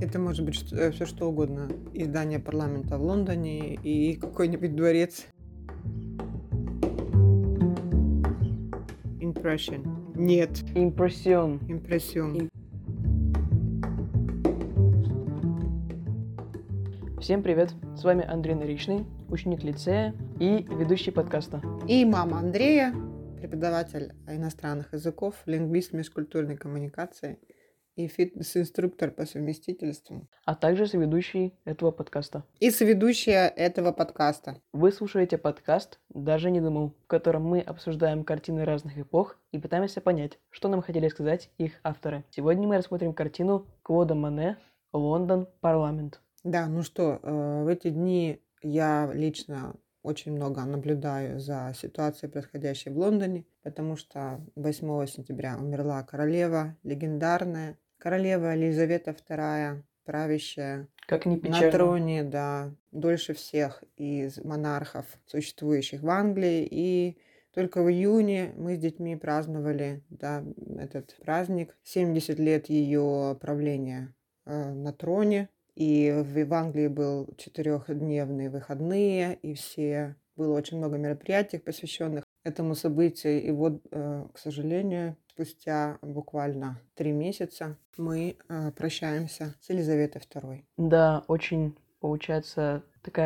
Это может быть все что угодно. И здание парламента в Лондоне, и какой-нибудь дворец. Impression. Нет. Импрессион. Импрессион. Всем привет, с вами Андрей Наричный, ученик лицея и ведущий подкаста. И мама Андрея, преподаватель иностранных языков, лингвист межкультурной коммуникации и фитнес-инструктор по совместительству. А также соведущий этого подкаста. И соведущая этого подкаста. Вы слушаете подкаст «Даже не думал», в котором мы обсуждаем картины разных эпох и пытаемся понять, что нам хотели сказать их авторы. Сегодня мы рассмотрим картину Клода Моне «Лондон. Парламент». Да, ну что, в эти дни я лично очень много наблюдаю за ситуацией, происходящей в Лондоне, потому что 8 сентября умерла королева, легендарная королева Елизавета II, правящая Как ни на печально. троне, да, дольше всех из монархов, существующих в Англии. И только в июне мы с детьми праздновали, да, этот праздник, 70 лет ее правления на троне. И в Англии был 4-дневные выходные, и было очень много мероприятий, посвященных этому событию. И вот, к сожалению, спустя буквально 3 месяца мы прощаемся с Елизаветой II. Да, очень получается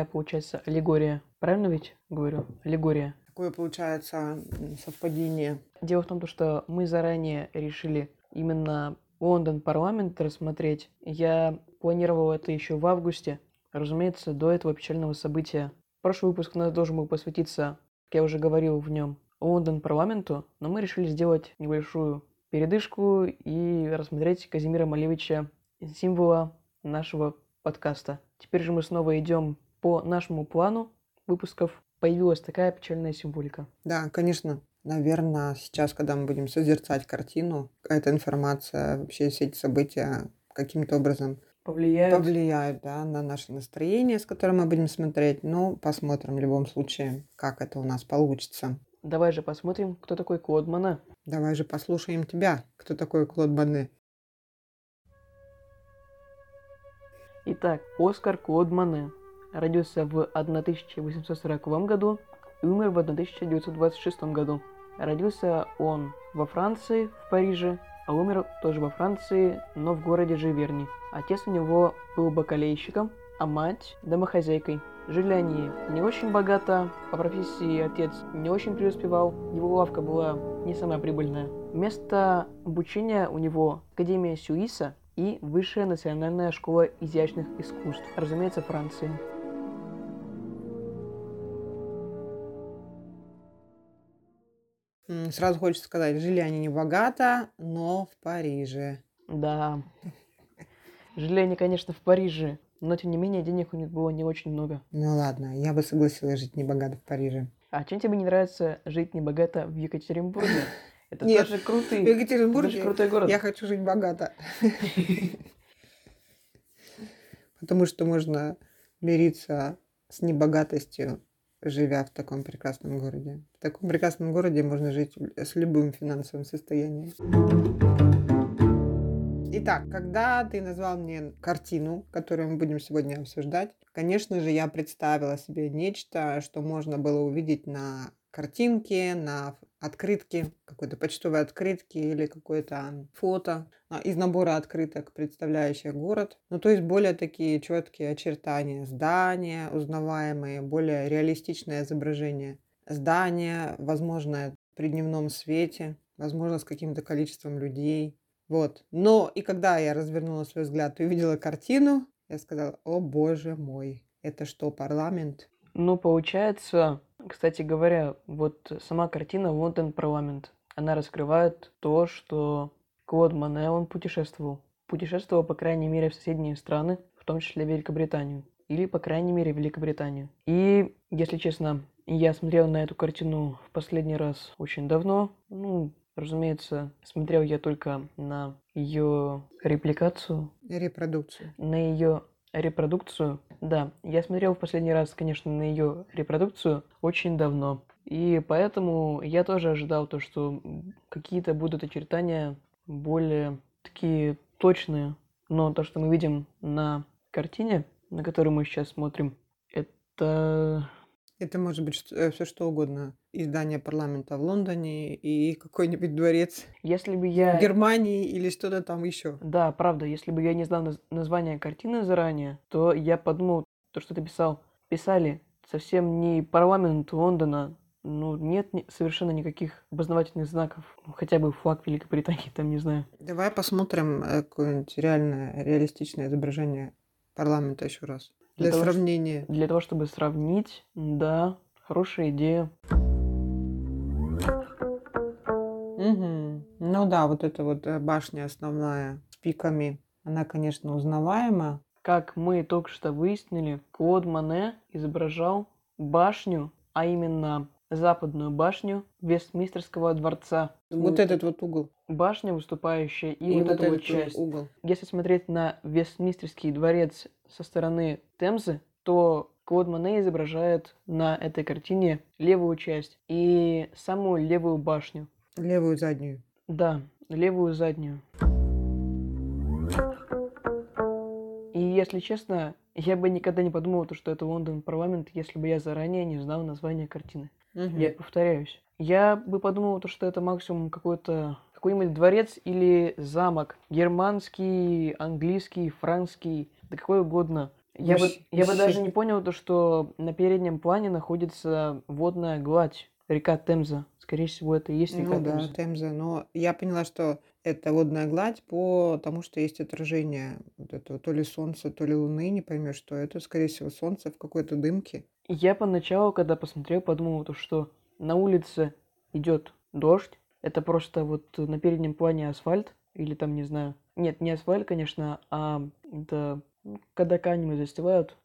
аллегория. Правильно ведь говорю? Аллегория. Такое получается совпадение. Дело в том, что мы заранее решили именно Лондон парламент рассмотреть. Я планировал это еще в августе, разумеется, до этого печального события. Прошлый выпуск у нас должен был посвятиться, как я уже говорил в нем, Лондон парламенту, но мы решили сделать небольшую передышку и рассмотреть Казимира Малевича, символа нашего подкаста. Теперь же мы снова идем по нашему плану выпусков. Появилась такая печальная символика. Да, конечно. Наверное, сейчас, когда мы будем созерцать картину, эта информация, вообще все эти события каким-то образом повлияют, да, на наше настроение, с которым мы будем смотреть. Но посмотрим в любом случае, как это у нас получится. Давай же посмотрим, кто такой Клод Моне. Давай же послушаем тебя, кто такой Клод Моне. Итак, Оскар Клод Моне родился в 1840 году и умер в 1926 году. Родился он во Франции, в Париже, а умер тоже во Франции, но в городе Живерни. Отец у него был бакалейщиком, а мать – домохозяйкой. Жили они не очень богато, по профессии отец не очень преуспевал, его лавка была не самая прибыльная. Место обучения у него – Академия Сюиса и Высшая национальная школа изящных искусств, разумеется, Франции. Сразу хочется сказать, жили они не богато, но в Париже. Да. Жили они, конечно, в Париже, но тем не менее денег у них было не очень много. Ну ладно, я бы согласилась жить небогато в Париже. А чем тебе не нравится жить небогато в Екатеринбурге? Это Нет, тоже в крутой Екатеринбурге крутой город. я хочу жить богато. Потому что можно мириться с небогатостью, живя в таком прекрасном городе. В таком прекрасном городе можно жить с любым финансовым состоянием. Итак, когда ты назвал мне картину, которую мы будем сегодня обсуждать, конечно же, я представила себе нечто, что можно было увидеть на картинке, на открытке, какой-то почтовой открытке или какое-то фото из набора открыток, представляющих город. Ну, то есть более такие четкие очертания здания, узнаваемые, более реалистичное изображение здания, возможно, при дневном свете, возможно, с каким-то количеством людей. Вот. Но и когда я развернула свой взгляд и увидела картину, я сказала: о боже мой, это что, парламент? Ну, получается, кстати говоря, вот сама картина «Лондон парламент», она раскрывает то, что Клод Моне, он путешествовал. Путешествовал, по крайней мере, в соседние страны, в том числе Великобританию. Или, по крайней мере, Великобританию. И, если честно, я смотрел на эту картину в последний раз очень давно. Разумеется, смотрел я только на ее репликацию. Репродукцию. На ее репродукцию. Да, я смотрел в последний раз, конечно, на ее репродукцию очень давно. И поэтому я тоже ожидал то, что какие-то будут очертания более такие точные, Но то, что мы видим на картине, на которую мы сейчас смотрим, это... Это может быть все что угодно. И здание парламента в Лондоне, и какой-нибудь дворец Если бы в я... Германии или что-то там еще. Да, правда, если бы я не знал название картины заранее, то я подумал, то, что ты писали совсем не парламент Лондона, ну, нет совершенно никаких опознавательных знаков. Ну, хотя бы флаг Великобритании, там, не знаю. Давай посмотрим какое-нибудь реалистичное изображение парламента еще раз. Для сравнения. Для того, чтобы сравнить, да, хорошая идея. Ну да, вот эта вот башня основная с пиками, она, конечно, узнаваема. Как мы только что выяснили, Клод Моне изображал башню, а именно западную башню Вестминстерского дворца. Вот этот вот угол. Башня выступающая и вот эта вот часть. Угол. Если смотреть на Вестминстерский дворец со стороны Темзы, то Клод Моне изображает на этой картине левую часть и самую левую башню. Левую заднюю. Да, левую заднюю. И если честно, я бы никогда не подумал, что это Лондон парламент, если бы я заранее не знал название картины. Я повторяюсь. Я бы подумал, что это максимум какой-нибудь дворец или замок. Германский, английский, французский, да какой угодно. Я бы даже не понял, что на переднем плане находится водная гладь, река Темза. Скорее всего, это и есть река Темза. Ну да, Темза. Но я поняла, что это водная гладь, потому что есть отражение вот этого то ли солнца, то ли луны, не поймешь, что это, скорее всего, солнце в какой-то дымке. Я поначалу, когда посмотрел, подумал, что на улице идет дождь. Это просто вот на переднем плане асфальт. Или там, не знаю. Нет, не асфальт, конечно, а это когда камнями застилают.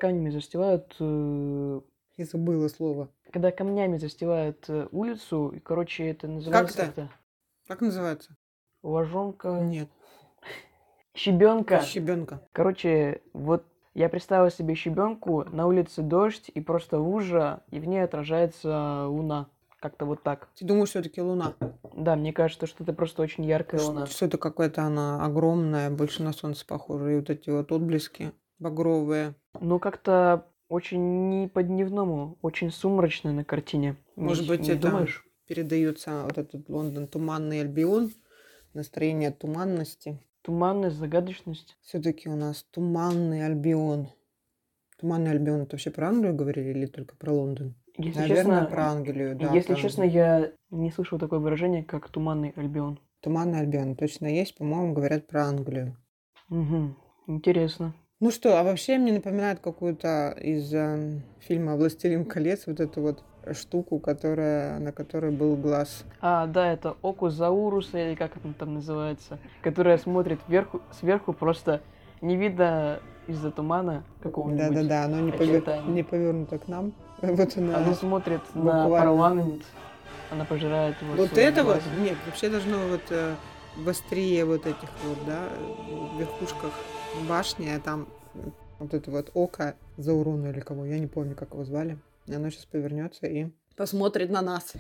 Я забыла слово. Когда камнями застилают улицу, и, короче, это называется... Как это? Как называется? Ложонка... Нет. Щебенка. Щебенка. Короче, вот я представил себе щебенку, на улице дождь и просто лужа, и в ней отражается луна. Как-то вот так. Ты думаешь, все-таки луна? Да, мне кажется, что это просто очень яркая луна. Что это какая-то она огромная, больше на солнце похожа. И вот эти вот отблески багровые. Ну, как-то очень не по-дневному, очень сумрачно на картине. Может быть, не это думаешь? передается вот этот Лондон, туманный Альбион, настроение туманности. Туманность, загадочность. Все-таки у нас туманный Альбион. Туманный Альбион, это вообще про Англию говорили или только про Лондон? Если Наверное, честно, про Англию, да. если честно, я не слышал такое выражение, как туманный Альбион. Туманный Альбион точно есть, по-моему, говорят про Англию. Угу. Интересно. Ну что, а вообще мне напоминает какую-то из фильма «Властелин колец», вот эту вот штуку, на которой был глаз. А, да, это Окус Зауруса, или как это там называется, которая смотрит сверху, просто не видно из-за тумана какого-нибудь. Да-да-да, оно не повернуто к нам. Вот Она смотрит буквально на парламент, она пожирает его. Вот своим это вот, глазом. нет, вообще должно вот в острие вот этих вот, да, в верхушках башни, а там вот это вот око Зауруна или кого, я не помню, как его звали. И оно сейчас повернется и посмотрит на нас.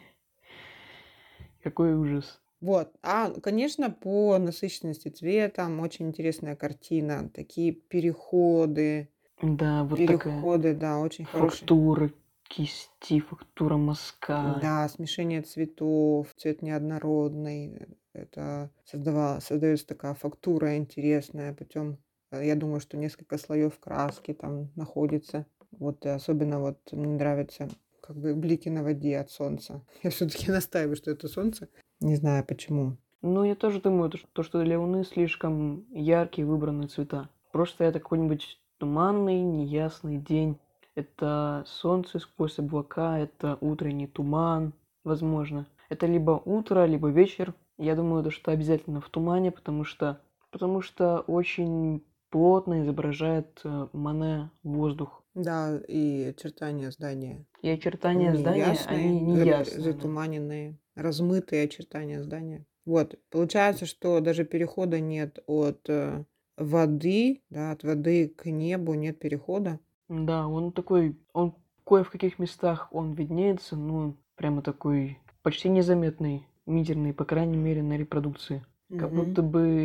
Какой ужас. Вот. А, конечно, по насыщенности цвета очень интересная картина. Такие переходы. Да, вот Переходы, да, очень хорошие. фактура кисти, фактура мазка. Да, смешение цветов, цвет неоднородный. Это создается такая фактура интересная путем. Я думаю, что несколько слоев краски там находится. Вот и особенно вот мне нравятся как бы блики на воде от солнца. Я все-таки настаиваю, что это солнце. Не знаю почему. Ну, я тоже думаю, что для Луны слишком яркие выбранные цвета. Просто это какой-нибудь туманный, неясный день. Это солнце сквозь облака, это утренний туман, возможно. Это либо утро, либо вечер. Я думаю, что обязательно в тумане, потому что очень плотно изображает Моне воздух. Да, и очертания здания. И очертания здания, они неясные. Затуманенные, размытые очертания здания. Вот, получается, что даже перехода нет от воды, да, от воды к небу нет перехода. Да, он кое в каких местах он виднеется, но прямо такой почти незаметный, мизерный, по крайней мере, на репродукции. Как будто бы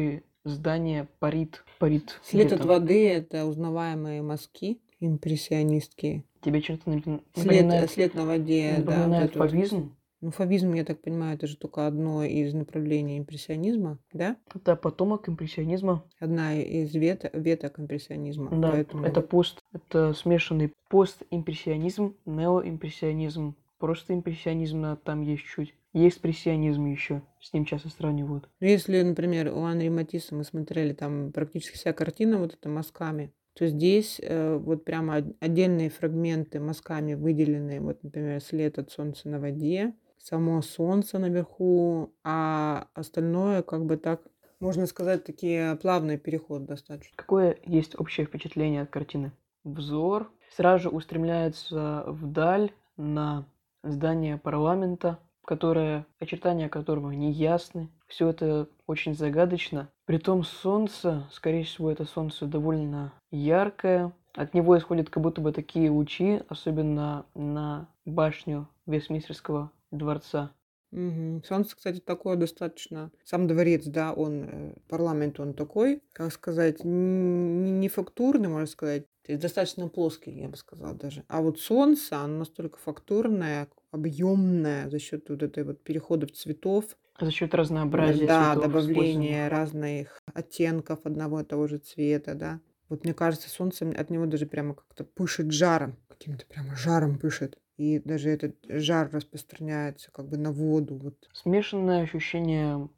здание парит След от где-то. воды — это узнаваемые мазки импрессионистские. Тебе что-то напоминает, След на воде, да, вот напоминает это вот. фавизм? Ну, фавизм, я так понимаю, это же только одно из направлений импрессионизма, да? Это потомок импрессионизма. Одна из веток импрессионизма. Да, Поэтому это смешанный постимпрессионизм, неоимпрессионизм, просто импрессионизм, там есть чуть. Есть экспрессионизм еще, с ним часто сравнивают. если, например, у Анри Матисса мы смотрели, там практически вся картина вот это мазками, то здесь вот прямо отдельные фрагменты мазками выделены. Вот, например, след от солнца на воде, само солнце наверху, а остальное как бы так, можно сказать, такие плавный переход достаточно. Какое есть общее впечатление от картины? Взор сразу же устремляется вдаль на здание парламента, очертания которого неясны. Все это очень загадочно. Притом солнце, скорее всего, это солнце довольно яркое. От него исходят как будто бы такие лучи, особенно на башню Вестминстерского дворца. Солнце, кстати, такое достаточно. Сам дворец, да, парламент, он такой, как сказать, не фактурный, можно сказать, то есть достаточно плоский, я бы сказала даже. А вот солнце, оно настолько фактурное, объемное за счет вот этой вот переходов цветов, За счет разнообразия да, цветов, добавления используемых. разных оттенков одного и того же цвета, да. Вот мне кажется, солнце от него даже прямо как-то пышет жаром, каким-то прямо жаром пышет. И даже этот жар распространяется как бы на воду. Вот. Смешанное ощущение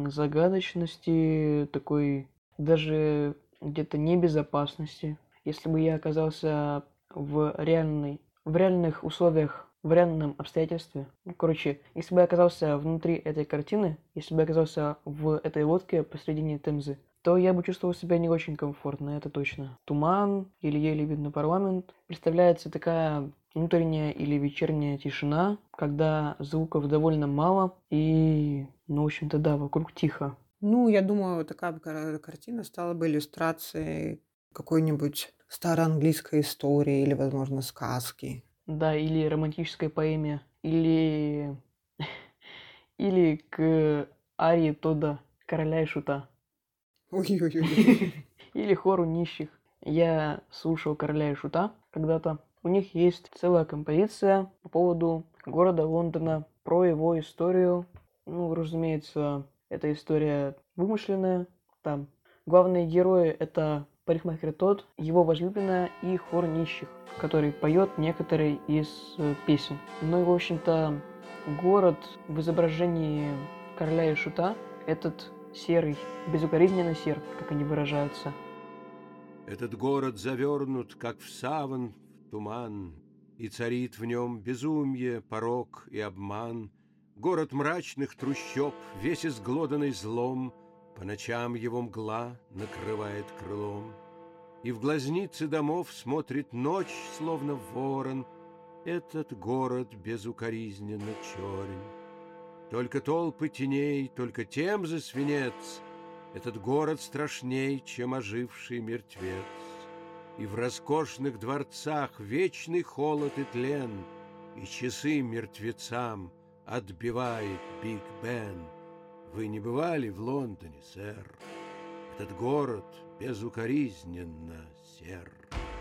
загадочности, такой даже где-то небезопасности. Если бы я оказался в реальных условиях, в реальном обстоятельстве, если бы я оказался внутри этой картины, если бы я оказался в этой лодке посредине Темзы, то я бы чувствовал себя не очень комфортно, это точно. Туман, еле-еле видно парламент. Представляется такая внутренняя или вечерняя тишина, когда звуков довольно мало и, в общем-то, да, вокруг тихо. Я думаю, такая бы картина стала бы иллюстрацией какой-нибудь староанглийской истории или, возможно, сказки. Да, или романтической поэме, или к арии Тодда, Короля и Шута. Ой-ой-ой. Или хору нищих. Я слушал Короля и Шута когда-то. У них есть целая композиция по поводу города Лондона, про его историю. Разумеется, эта история вымышленная. Там главные герои — это парикмахер Тодд, его возлюбленная и хор нищих, который поет некоторые из песен. В общем-то, город в изображении Короля и Шута, этот серый, безукоризненно сер, как они выражаются. Этот город завернут, как в саван, в туман, и царит в нем безумие, порок и обман. Город мрачных трущоб, весь изглоданный злом, по ночам его мгла накрывает крылом. И в глазницы домов смотрит ночь, словно ворон. Этот город безукоризненно черен. Только толпы теней, только Темзы свинец. Этот город страшней, чем оживший мертвец. И в роскошных дворцах вечный холод и тлен, и часы мертвецам отбивает Биг Бен. Вы не бывали в Лондоне, сэр? Этот город безукоризненно сер.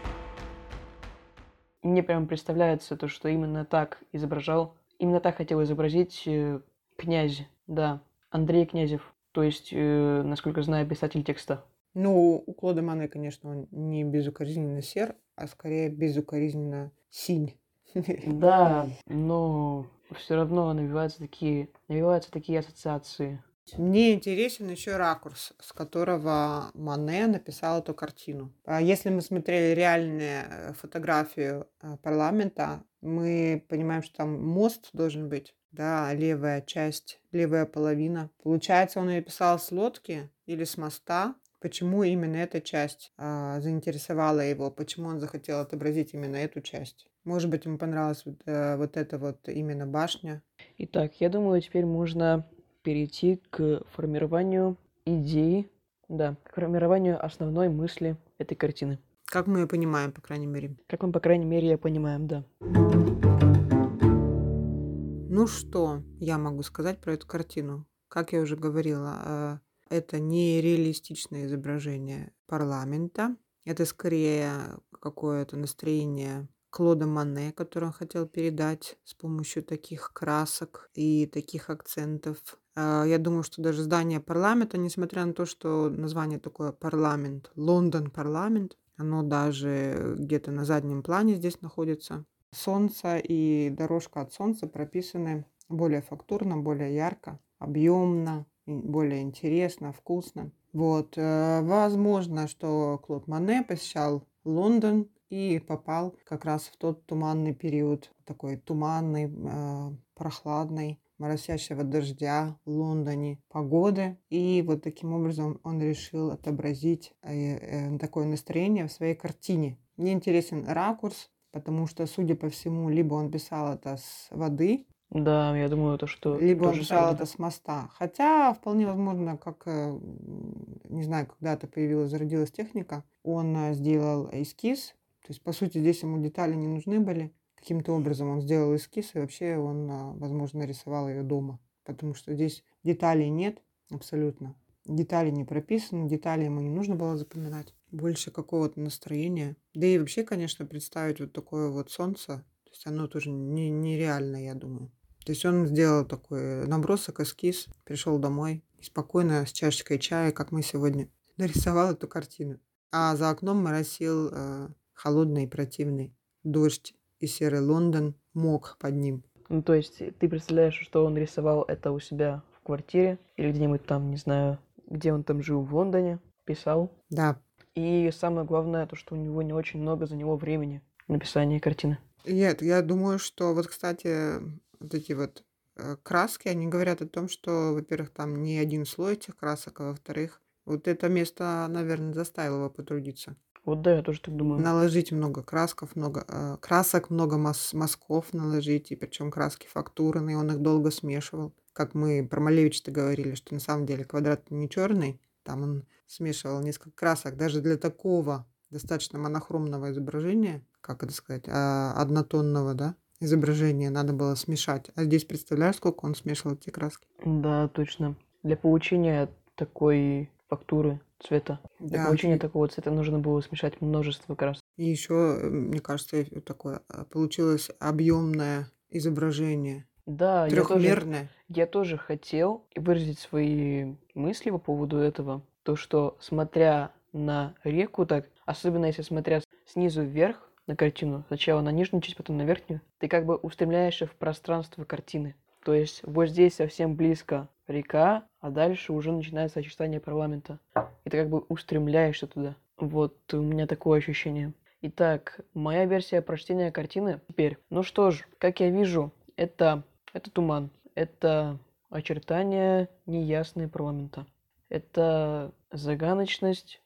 Мне прямо представляется то, что именно так хотел изобразить князь, да, Андрей Князев, то есть, насколько знаю, писатель текста. У Клода Моне, конечно, он не безукоризненно сер, а скорее безукоризненно синь. Да, но все равно навеваются такие ассоциации. Мне интересен еще ракурс, с которого Моне написал эту картину. Если мы смотрели реальную фотографию парламента, мы понимаем, что там мост должен быть, да, левая часть, левая половина. Получается, он ее писал с лодки или с моста. Почему именно эта часть заинтересовала его? Почему он захотел отобразить именно эту часть? Может быть, ему понравилась вот эта вот именно башня. Итак, я думаю, теперь можно перейти к формированию идеи, к формированию основной мысли этой картины. Как мы ее понимаем, по крайней мере. Как мы, по крайней мере, ее понимаем, да. Что я могу сказать про эту картину? Как я уже говорила, Это не реалистичное изображение парламента. Это скорее какое-то настроение Клода Мане, которое он хотел передать с помощью таких красок и таких акцентов. Я думаю, что даже здание парламента, несмотря на то, что название такое парламент, Лондон парламент, оно даже где-то на заднем плане здесь находится. Солнце и дорожка от солнца прописаны более фактурно, более ярко, объемно, более интересно, вкусно. Возможно, что Клод Мане посещал Лондон и попал как раз в тот туманный период, такой туманный, прохладный, моросящего дождя в Лондоне погоды. И вот таким образом он решил отобразить такое настроение в своей картине. Мне интересен ракурс, потому что, судя по всему, либо он писал это с воды, Да, я думаю, что либо он тоже писал правда. это с моста. Хотя, вполне возможно, не знаю, когда-то зародилась техника, он сделал эскиз. То есть, по сути, здесь ему детали не нужны были. Каким-то образом он сделал эскиз, и вообще он, возможно, рисовал ее дома. Потому что здесь деталей нет абсолютно. Детали не прописаны, детали ему не нужно было запоминать. Больше какого-то настроения. Да и вообще, конечно, представить вот такое вот солнце, то есть оно тоже нереально, я думаю. То есть он сделал такой набросок, эскиз, пришел домой и спокойно с чашечкой чая, как мы сегодня, нарисовал эту картину. А за окном моросил холодный и противный дождь, и серый Лондон мог под ним. Ну, то есть ты представляешь, что он рисовал это у себя в квартире или где-нибудь там, не знаю, где он там жил в Лондоне, писал. Да. И самое главное, то, что у него не очень много за него времени на написание картины. Нет, я думаю, что вот, кстати, вот эти вот краски, они говорят о том, что, во-первых, там не один слой этих красок, а во-вторых, вот это место, наверное, заставило его потрудиться. Вот да, я тоже так думаю. Наложить много красок, много красок, много мазков наложить, и причем краски фактурные, он их долго смешивал. Как мы про Малевича-то говорили, что на самом деле квадрат не черный, там он смешивал несколько красок. Даже для такого достаточно монохромного изображения, как это сказать, однотонного, да, изображения надо было смешать. А здесь представляешь, сколько он смешивал эти краски? Да, точно. Для получения такой фактуры цвета, для Да, получения такого цвета нужно было смешать множество красок. и еще, мне кажется, такое получилось объемное изображение. Да, Трехмерное. я тоже хотел выразить свои мысли по поводу этого. То, что смотря на реку так, особенно если смотря снизу вверх на картину, сначала на нижнюю часть, потом на верхнюю, ты как бы устремляешься в пространство картины. То есть вот здесь совсем близко река, а дальше уже начинается очертание парламента. И ты как бы устремляешься туда. Вот у меня такое ощущение. Итак, моя версия прочтения картины теперь. Ну что ж, как я вижу, это туман. Это очертания неясные парламента. Это загадочность,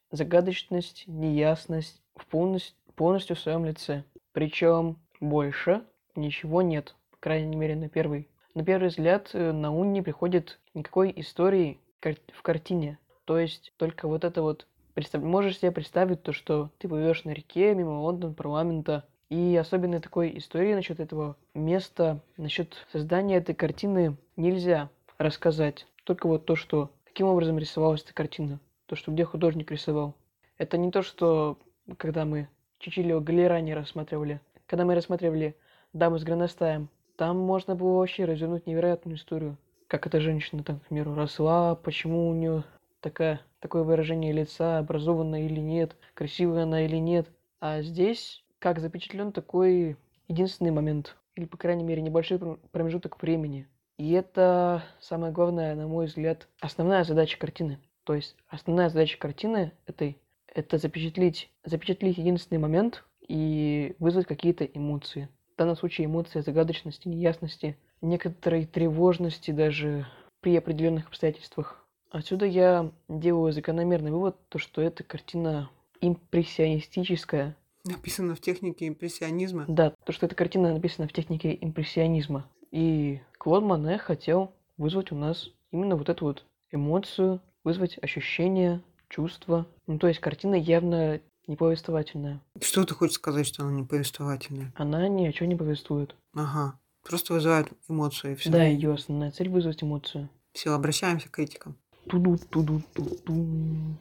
неясность полностью в своем лице. Причем больше ничего нет, по крайней мере на первый взгляд на ум не приходит никакой истории в картине. То есть только вот это вот можешь себе представить то, что ты плывешь на реке мимо Лондон парламента, и особенно такой истории насчет этого места, насчет создания этой картины нельзя рассказать. Только вот то, что каким образом рисовалась эта картина, то, что где художник рисовал. Это не то, что когда мы Чичилио Галерани рассматривали, когда мы рассматривали «Даму с горностаем», там можно было вообще развернуть невероятную историю. Как эта женщина там, к примеру, росла, почему у нее такое выражение лица, образованная или нет, красивая она или нет. А здесь как запечатлен такой единственный момент, или, по крайней мере, небольшой промежуток времени. И это, самое главное, на мой взгляд, основная задача картины. То есть основная задача картины это запечатлеть единственный момент и вызвать какие-то эмоции. В данном случае эмоции загадочности, неясности, некоторой тревожности даже при определенных обстоятельствах. Отсюда я делаю закономерный вывод, то, что эта картина импрессионистическая. Написано в технике импрессионизма. Да, то, что эта картина написана в технике импрессионизма. И Клод Мане хотел вызвать у нас именно вот эту вот эмоцию, вызвать ощущение, чувство. Ну, то есть картина явно не повествовательная. Что ты хочешь сказать, что она не повествовательная? Она ни о чем не повествует. Ага. Просто вызывает эмоции. Все. Да, ее основная цель вызвать эмоцию. Все, обращаемся к критикам. Туду-туду-ту-ту.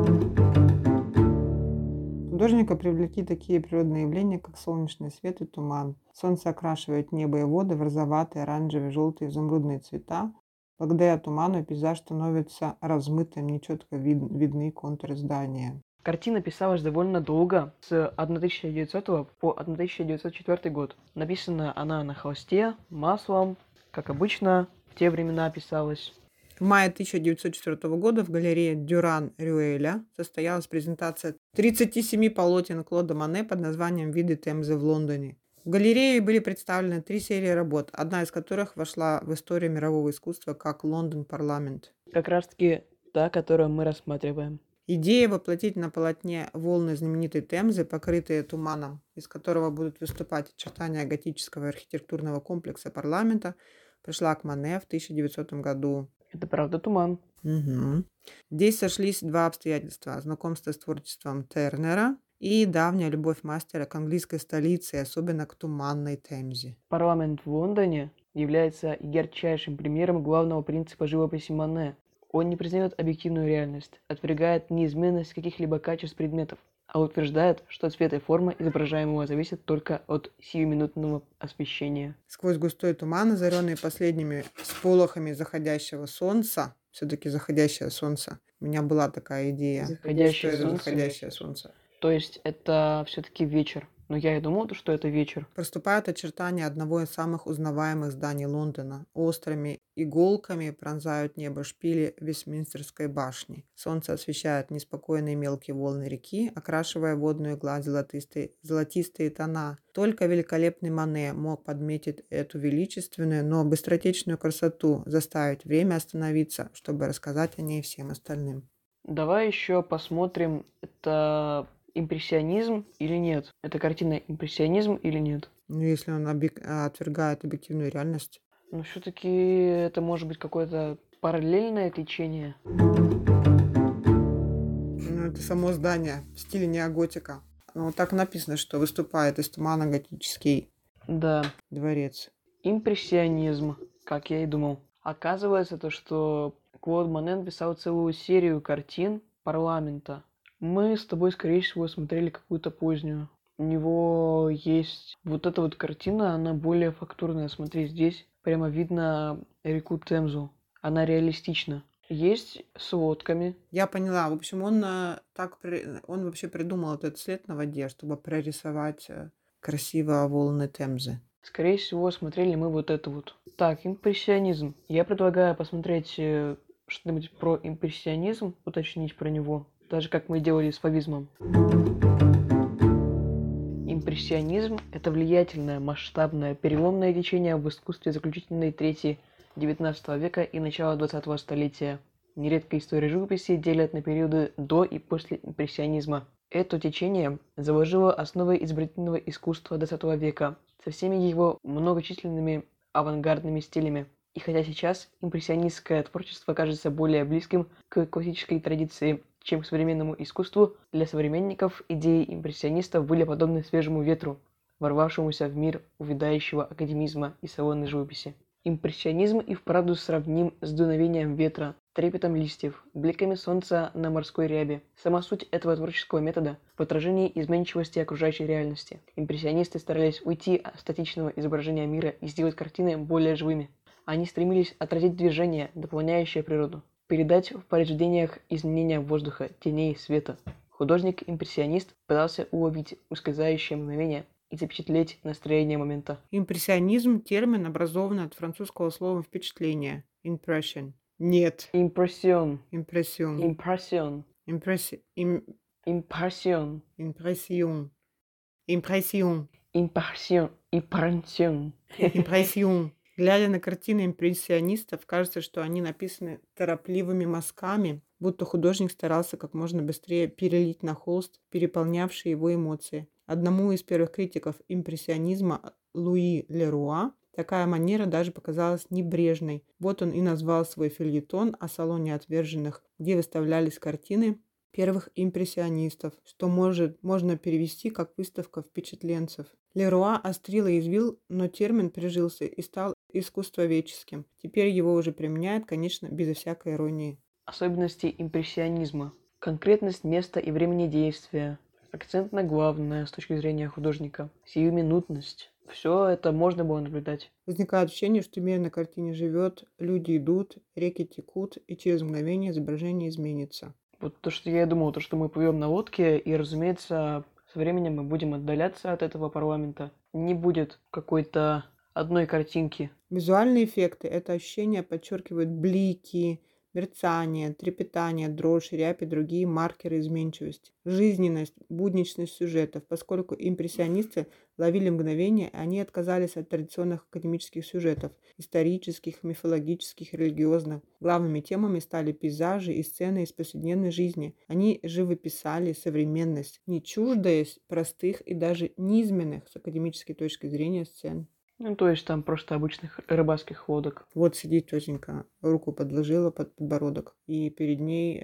Художника привлекли такие природные явления, как солнечный свет и туман. Солнце окрашивает небо и воды в розоватые, оранжевые, желтые, изумрудные цвета. Благодаря туману пейзаж становится размытым, нечетко видны контуры здания. Картина писалась довольно долго, с 1900 по 1904 год. Написана она на холсте, маслом, как обычно в те времена писалась. В мае 1904 года в галерее Дюран-Рюэля состоялась презентация 37 полотен Клода Моне под названием «Виды Темзы в Лондоне». В галерее были представлены 3 серии работ, одна из которых вошла в историю мирового искусства как «Лондон Парламент». Как раз таки та, которую мы рассматриваем. Идея воплотить на полотне волны знаменитой Темзы, покрытые туманом, из которого будут выступать очертания готического архитектурного комплекса парламента, пришла к Моне в 1900 году. Это правда туман. Угу. Здесь сошлись два обстоятельства: знакомство с творчеством Тернера и давняя любовь мастера к английской столице, особенно к туманной Темзе. Парламент в Лондоне является ярчайшим примером главного принципа живописи Моне. Он не признает объективную реальность, отвергает неизменность каких-либо качеств предметов, а утверждает, что цвет и форма изображаемого зависят только от сиюминутного освещения. Сквозь густой туман, озаренный последними сполохами заходящего солнца, все-таки заходящее солнце, у меня была такая идея. Заходящее Что это солнце? заходящее солнце? То есть это все-таки вечер. Но я и думал, что это вечер. Проступают очертания одного из самых узнаваемых зданий Лондона. Острыми иголками пронзают небо шпили Вестминстерской башни. Солнце освещает неспокойные мелкие волны реки, окрашивая водную гладь золотистые тона. Только великолепный Моне мог подметить эту величественную, но быстротечную красоту, заставить время остановиться, чтобы рассказать о ней всем остальным. Давай еще посмотрим, это импрессионизм или нет? Эта картина импрессионизм или нет? Ну, если он отвергает объективную реальность. Но все-таки это может быть какое-то параллельное течение. Ну, это само здание в стиле неоготика. Ну, так написано, что выступает из тумана готический Да, дворец. импрессионизм, как я и думал. Оказывается, то, что Клод Моне писал целую серию картин парламента. Мы с тобой, скорее всего, смотрели какую-то позднюю. У него есть вот эта вот картина, она более фактурная. Смотри, здесь прямо видно реку Темзу. Она реалистична. Есть с лодками. Я поняла. В общем, он вообще придумал этот след на воде, чтобы прорисовать красиво волны Темзы. Скорее всего, смотрели мы вот это вот. Так, импрессионизм. Я предлагаю посмотреть что-нибудь про импрессионизм, уточнить про него. Даже как мы делали с фавизмом. Импрессионизм – это влиятельное, масштабное, переломное течение в искусстве заключительной трети XIX века и начала XX столетия. Нередко историю живописи делят на периоды до и после импрессионизма. Это течение заложило основы изобретательного искусства XX века со всеми его многочисленными авангардными стилями. И хотя сейчас импрессионистское творчество кажется более близким к классической традиции, чем к современному искусству, для современников идеи импрессионистов были подобны свежему ветру, ворвавшемуся в мир увядающего академизма и салонной живописи. Импрессионизм и вправду сравним с дуновением ветра, трепетом листьев, бликами солнца на морской ряби. Сама суть этого творческого метода в отражении изменчивости окружающей реальности. Импрессионисты старались уйти от статичного изображения мира и сделать картины более живыми. Они стремились отразить движение, дополняющее природу, передать в произведениях изменения воздуха, теней, света. Художник-импрессионист пытался уловить ускользающее мгновение и запечатлеть настроение момента. Импрессионизм – термин, образованный от французского слова «впечатление» – impression. Нет. Импрессион. Импрессион. Импрессион. Импрессион. Импрессион. Импрессион. Импрессион. Импрессион. Импрессион. Импрессион. Глядя на картины импрессионистов, кажется, что они написаны торопливыми мазками, будто художник старался как можно быстрее перелить на холст переполнявшие его эмоции. Одному из первых критиков импрессионизма, Луи Леруа, такая манера даже показалась небрежной. Вот он и назвал свой фельетон о салоне отверженных, где выставлялись картины первых импрессионистов, что можно перевести как выставка впечатленцев. Леруа острил и извил, но термин прижился и стал искусствоведческим. Теперь его уже применяют, конечно, безо всякой иронии. Особенности импрессионизма. Конкретность места и времени действия. Акцент на главное с точки зрения художника. Сиюминутность. Все это можно было наблюдать. Возникает ощущение, что мир на картине живет, люди идут, реки текут, и через мгновение изображение изменится. Вот то, что я и думал, то, что мы плывем на лодке, и, разумеется, со временем мы будем отдаляться от этого парламента. Не будет какой-то одной картинки. Визуальные эффекты – это ощущения подчеркивают блики, мерцание, трепетание, дрожь, рябь и другие маркеры изменчивости. Жизненность, будничность сюжетов. Поскольку импрессионисты ловили мгновение, они отказались от традиционных академических сюжетов – исторических, мифологических, религиозных. Главными темами стали пейзажи и сцены из повседневной жизни. Они живописали современность, не чуждаясь простых и даже низменных с академической точки зрения сцен. Ну, то есть там просто обычных рыбацких лодок. Вот сидит тетенька, руку подложила под подбородок, и перед ней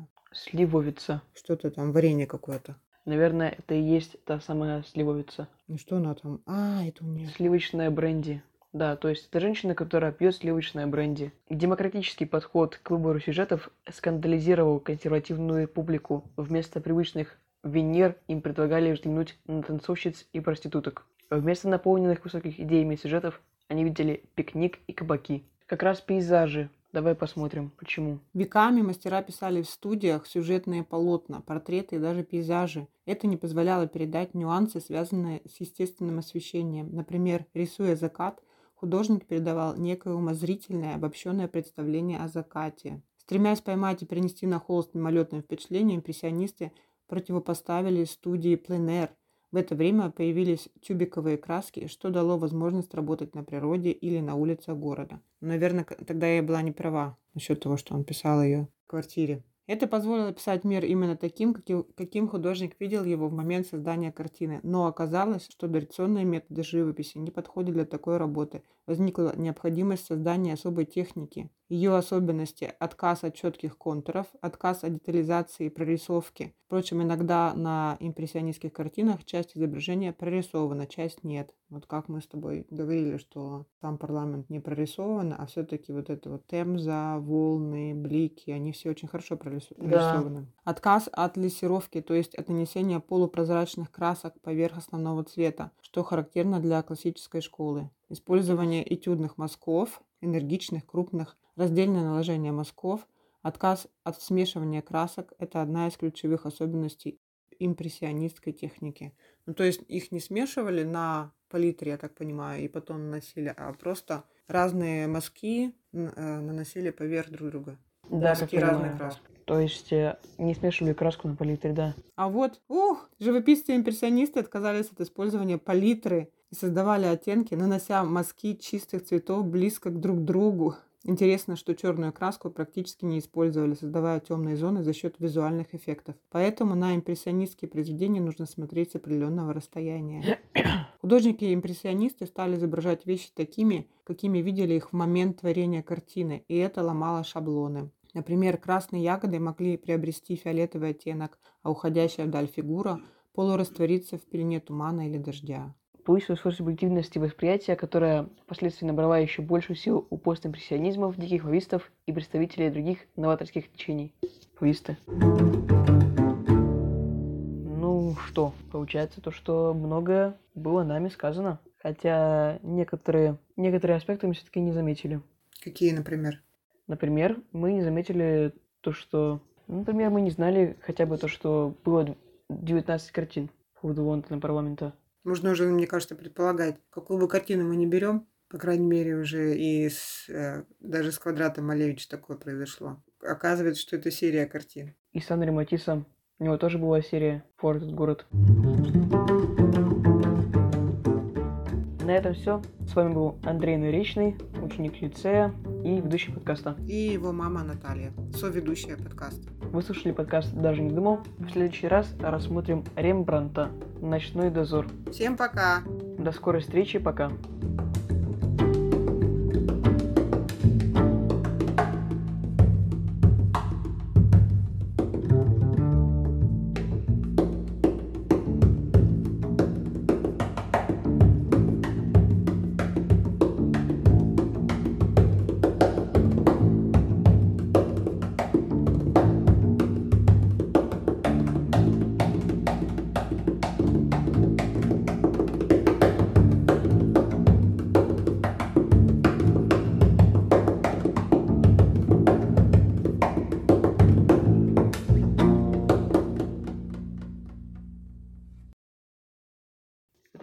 Сливовица. что-то там, варенье какое-то. Наверное, это и есть та самая сливовица. Ну что она там? А, это у нее. Сливочное бренди. Да, то есть это женщина, которая пьет сливочное бренди. Демократический подход к выбору сюжетов скандализировал консервативную публику. Вместо привычных Венер им предлагали взглянуть на танцовщиц и проституток. Вместо наполненных высоких идеями сюжетов они видели пикник и кабаки. Как раз пейзажи. Давай посмотрим, почему. Веками мастера писали в студиях сюжетные полотна, портреты и даже пейзажи. Это не позволяло передать нюансы, связанные с естественным освещением. Например, рисуя закат, художник передавал некое умозрительное, обобщенное представление о закате. Стремясь поймать и перенести на холст мимолетное впечатление, импрессионисты противопоставили студии пленэр. В это время появились тюбиковые краски, что дало возможность работать на природе или на улицах города. Наверное, тогда я была не права насчет того, что он писал ее в квартире. Это позволило писать мир именно таким, каким художник видел его в момент создания картины. Но оказалось, что традиционные методы живописи не подходят для такой работы. Возникла необходимость создания особой техники. Ее особенности – отказ от четких контуров, отказ от детализации и прорисовки. Впрочем, иногда на импрессионистских картинах часть изображения прорисована, часть нет. Вот как мы с тобой говорили, что сам парламент не прорисован, а все-таки вот это вот темза, волны, блики, они все очень хорошо прорисованы. Отказ от лессировки, то есть от нанесения полупрозрачных красок поверх основного цвета, что характерно для классической школы. Использование этюдных мазков, энергичных, крупных, раздельное наложение мазков, отказ от смешивания красок – это одна из ключевых особенностей импрессионистской техники. Ну, то есть их не смешивали на палитре, я так понимаю, и потом наносили, а просто разные мазки наносили поверх друг друга. Да, мазки разных красок. То есть не смешивали краску на палитре, да. А вот, живописцы-импрессионисты отказались от использования палитры и создавали оттенки, нанося мазки чистых цветов близко друг к другу. Интересно, что черную краску практически не использовали, создавая темные зоны за счет визуальных эффектов. Поэтому на импрессионистские произведения нужно смотреть с определенного расстояния. Художники-импрессионисты стали изображать вещи такими, какими видели их в момент творения картины, и это ломало шаблоны. Например, красные ягоды могли приобрести фиолетовый оттенок, а уходящая вдаль фигура полураствориться в пелене тумана или дождя. Повысилась субъективность восприятия, которая впоследствии набрала еще большую силу у постимпрессионизмов, диких фавистов и представителей других новаторских течений. Фависты. Ну что, получается то, что многое было нами сказано, хотя некоторые аспекты мы все-таки не заметили. Какие, например? Например, мы не заметили то, что... Например, мы не знали хотя бы то, что было 19 картин по поводу Лондона парламента. Можно уже, мне кажется, предполагать, какую бы картину мы ни берем, по крайней мере, уже и даже с квадратом Малевича такое произошло. Оказывается, что это серия картин. И с Анри Матиссом. У него тоже была серия «Фор этот город». На этом все. С вами был Андрей Наречный, ученик лицея и ведущий подкаста. И его мама Наталья, соведущая подкаста. Вы слушали подкаст «Даже не думал». В следующий раз рассмотрим Рембрандта «Ночной дозор». Всем пока! До скорой встречи, пока!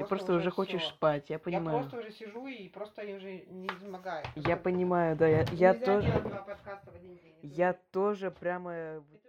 просто уже хочешь всё. спать, я Я понимаю. просто уже сижу и просто я уже не измогаю. Я понимаю, да, я Нельзя тоже... делать 2 подкаста в один день. Я тоже прямо